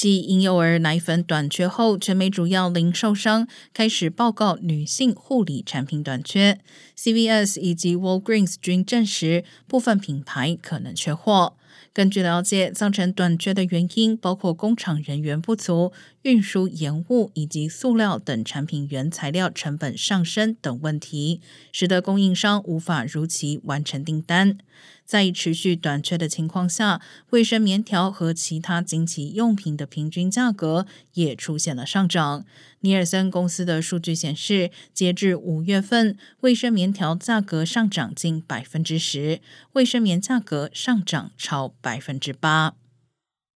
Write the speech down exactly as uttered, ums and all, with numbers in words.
继婴幼儿奶粉短缺后，全美主要零售商开始报告女性护理产品短缺。C V S 以及 Walgreens 均证实部分品牌可能缺货。根据了解，造成短缺的原因包括工厂人员不足、运输延误以及塑料等产品原材料成本上升等问题，使得供应商无法如期完成订单。在持续短缺的情况下，卫生棉条和其他经期用品的平均价格也出现了上涨。尼尔森公司的数据显示，截至五月份，卫生棉条价格上涨近百分之十，卫生棉价格上涨超百分之八。